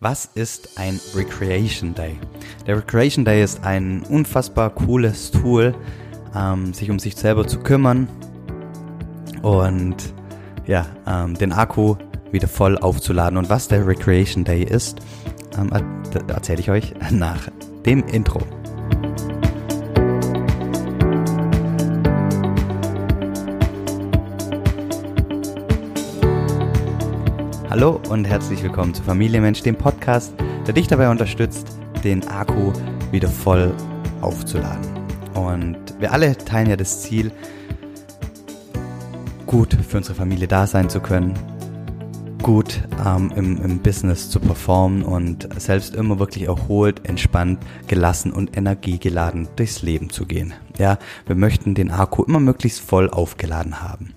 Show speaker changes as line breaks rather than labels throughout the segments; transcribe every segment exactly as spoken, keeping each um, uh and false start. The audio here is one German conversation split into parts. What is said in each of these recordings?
Was ist ein Recreation Day? Der Recreation Day ist ein unfassbar cooles Tool, ähm, sich um sich selber zu kümmern und ja, ähm, den Akku wieder voll aufzuladen. Und was der Recreation Day ist, ähm, erzähle ich euch nach dem Intro. Hallo und herzlich willkommen zu Familienmensch, dem Podcast, der dich dabei unterstützt, den Akku wieder voll aufzuladen. Und wir alle teilen ja das Ziel, gut für unsere Familie da sein zu können, gut ähm, im, im Business zu performen und selbst immer wirklich erholt, entspannt, gelassen und energiegeladen durchs Leben zu gehen. Ja, wir möchten den Akku immer möglichst voll aufgeladen haben.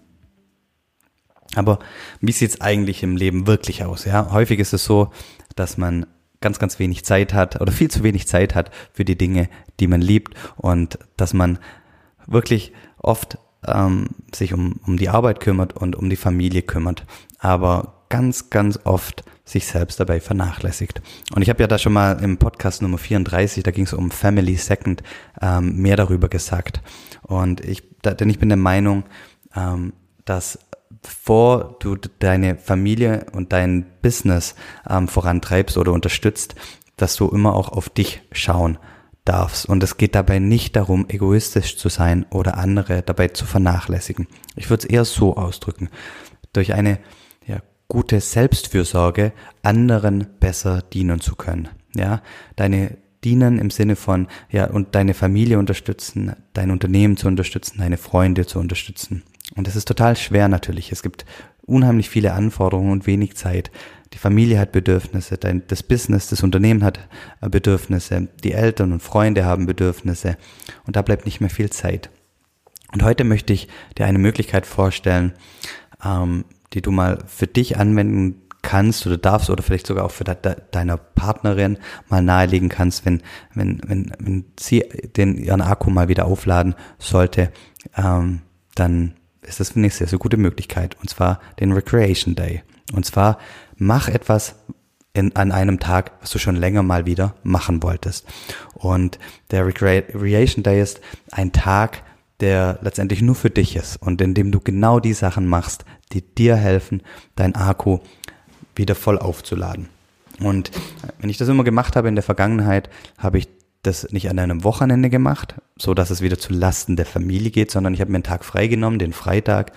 Aber wie sieht's eigentlich im Leben wirklich aus? Ja, häufig ist es so, dass man ganz, ganz wenig Zeit hat oder viel zu wenig Zeit hat für die Dinge, die man liebt, und dass man wirklich oft ähm, sich um, um die Arbeit kümmert und um die Familie kümmert, aber ganz, ganz oft sich selbst dabei vernachlässigt. Und ich habe ja da schon mal im Podcast Nummer vierunddreißig, da ging es um Family Second, ähm, mehr darüber gesagt. Und ich, da, denn ich bin der Meinung, ähm, dass bevor du deine Familie und dein Business ähm, vorantreibst oder unterstützt, dass du immer auch auf dich schauen darfst. Und es geht dabei nicht darum, egoistisch zu sein oder andere dabei zu vernachlässigen. Ich würde es eher so ausdrücken: durch eine ja, gute Selbstfürsorge anderen besser dienen zu können. Ja, deine dienen im Sinne von, ja, und deine Familie unterstützen, dein Unternehmen zu unterstützen, deine Freunde zu unterstützen. Und das ist total schwer natürlich. Es gibt unheimlich viele Anforderungen und wenig Zeit. Die Familie hat Bedürfnisse, dein, das Business, das Unternehmen hat Bedürfnisse, die Eltern und Freunde haben Bedürfnisse, und da bleibt nicht mehr viel Zeit. Und heute möchte ich dir eine Möglichkeit vorstellen, ähm, die du mal für dich anwenden kannst oder darfst oder vielleicht sogar auch für de- de- deiner Partnerin mal nahelegen kannst, wenn wenn wenn wenn sie den ihren Akku mal wieder aufladen sollte, ähm, dann ist das eine sehr, sehr gute Möglichkeit, und zwar den Recreation Day. Und zwar mach etwas in, an einem Tag, was du schon länger mal wieder machen wolltest. Und der Recreation Day ist ein Tag, der letztendlich nur für dich ist und in dem du genau die Sachen machst, die dir helfen, dein Akku wieder voll aufzuladen. Und wenn ich das immer gemacht habe in der Vergangenheit, habe ich das nicht an einem Wochenende gemacht, so dass es wieder zu Lasten der Familie geht, sondern ich habe mir einen Tag freigenommen, den Freitag,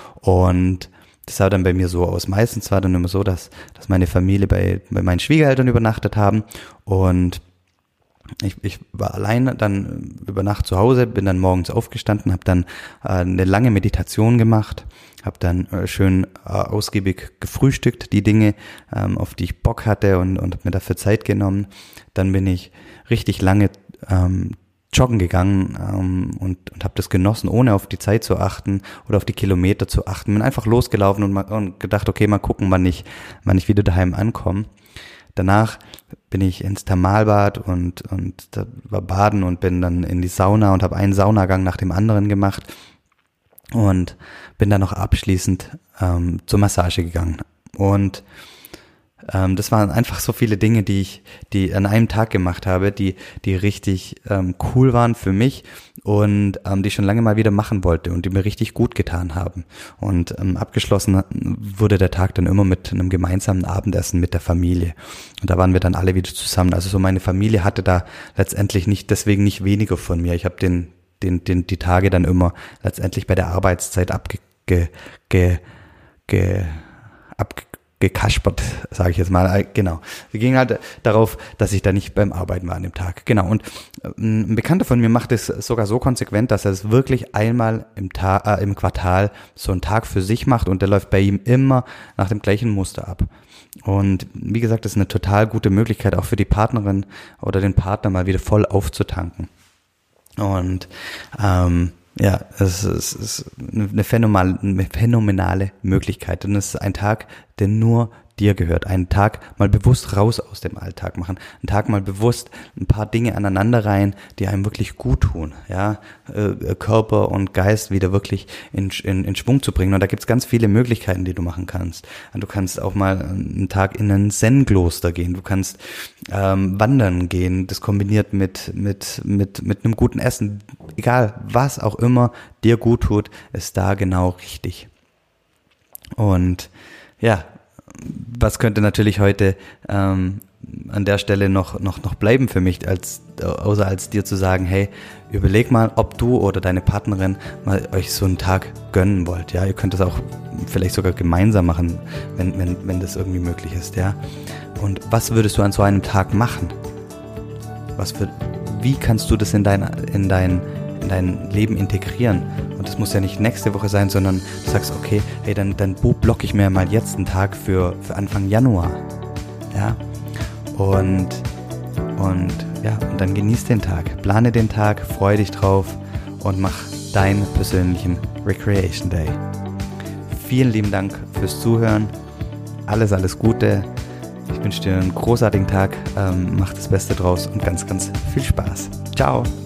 und das sah dann bei mir so aus. Meistens war dann immer so, dass dass meine Familie bei bei meinen Schwiegereltern übernachtet haben, und ich ich war allein dann über Nacht zu Hause, bin dann morgens aufgestanden, habe dann äh, eine lange Meditation gemacht, habe dann äh, schön äh, ausgiebig gefrühstückt, die Dinge, ähm, auf die ich Bock hatte, und und habe mir dafür Zeit genommen. Dann bin ich richtig lange ähm, joggen gegangen ähm, und, und habe das genossen, ohne auf die Zeit zu achten oder auf die Kilometer zu achten. Bin einfach losgelaufen und, mal, und gedacht, okay, mal gucken, wann ich, wann ich wieder daheim ankomme. Danach bin ich ins Thermalbad und, und da war baden und bin dann in die Sauna und habe einen Saunagang nach dem anderen gemacht und bin dann noch abschließend ähm, zur Massage gegangen. Und Ähm, das waren einfach so viele Dinge, die ich, die an einem Tag gemacht habe, die, die richtig ähm, cool waren für mich und ähm, die ich schon lange mal wieder machen wollte und die mir richtig gut getan haben. Und ähm, abgeschlossen wurde der Tag dann immer mit einem gemeinsamen Abendessen mit der Familie. Und da waren wir dann alle wieder zusammen. Also so meine Familie hatte da letztendlich nicht, deswegen nicht weniger von mir. Ich habe den, den, den, die Tage dann immer letztendlich bei der Arbeitszeit abge, ge, ge, ge, abge gekaspert, sage ich jetzt mal, genau. Wir gingen halt darauf, dass ich da nicht beim Arbeiten war an dem Tag. Genau, und ein Bekannter von mir macht es sogar so konsequent, dass er es wirklich einmal im, Ta- äh, im Quartal so einen Tag für sich macht, und der läuft bei ihm immer nach dem gleichen Muster ab. Und wie gesagt, das ist eine total gute Möglichkeit, auch für die Partnerin oder den Partner mal wieder voll aufzutanken. Und ähm, ja, es ist, es ist eine phänomenale, eine phänomenale Möglichkeit, und es ist ein Tag, der nur dir gehört. Einen Tag mal bewusst raus aus dem Alltag machen. Einen Tag mal bewusst ein paar Dinge aneinander rein, die einem wirklich gut tun. Ja, äh, Körper und Geist wieder wirklich in, in, in Schwung zu bringen. Und da gibt's ganz viele Möglichkeiten, die du machen kannst. Du kannst auch mal einen Tag in ein Zen-Kloster gehen. Du kannst ähm, wandern gehen. Das kombiniert mit mit mit mit einem guten Essen. Egal, was auch immer dir gut tut, ist da genau richtig. Und ja, was könnte natürlich heute ähm, an der Stelle noch noch noch bleiben für mich, als außer als dir zu sagen, hey, überleg mal, ob du oder deine Partnerin mal euch so einen Tag gönnen wollt. Ja, ihr könnt das auch vielleicht sogar gemeinsam machen, wenn wenn wenn das irgendwie möglich ist. Ja, und was würdest du an so einem Tag machen? Was für, wie kannst du das in dein in dein in dein Leben integrieren? Und das muss ja nicht nächste Woche sein, sondern du sagst, okay, hey, dann, dann blocke ich mir mal jetzt einen Tag für, für Anfang Januar. Ja, und, und, ja, und dann genieß den Tag, plane den Tag, freu dich drauf und mach deinen persönlichen Recreation Day. Vielen lieben Dank fürs Zuhören, alles, alles Gute. Ich wünsche dir einen großartigen Tag, ähm, mach das Beste draus und ganz, ganz viel Spaß. Ciao!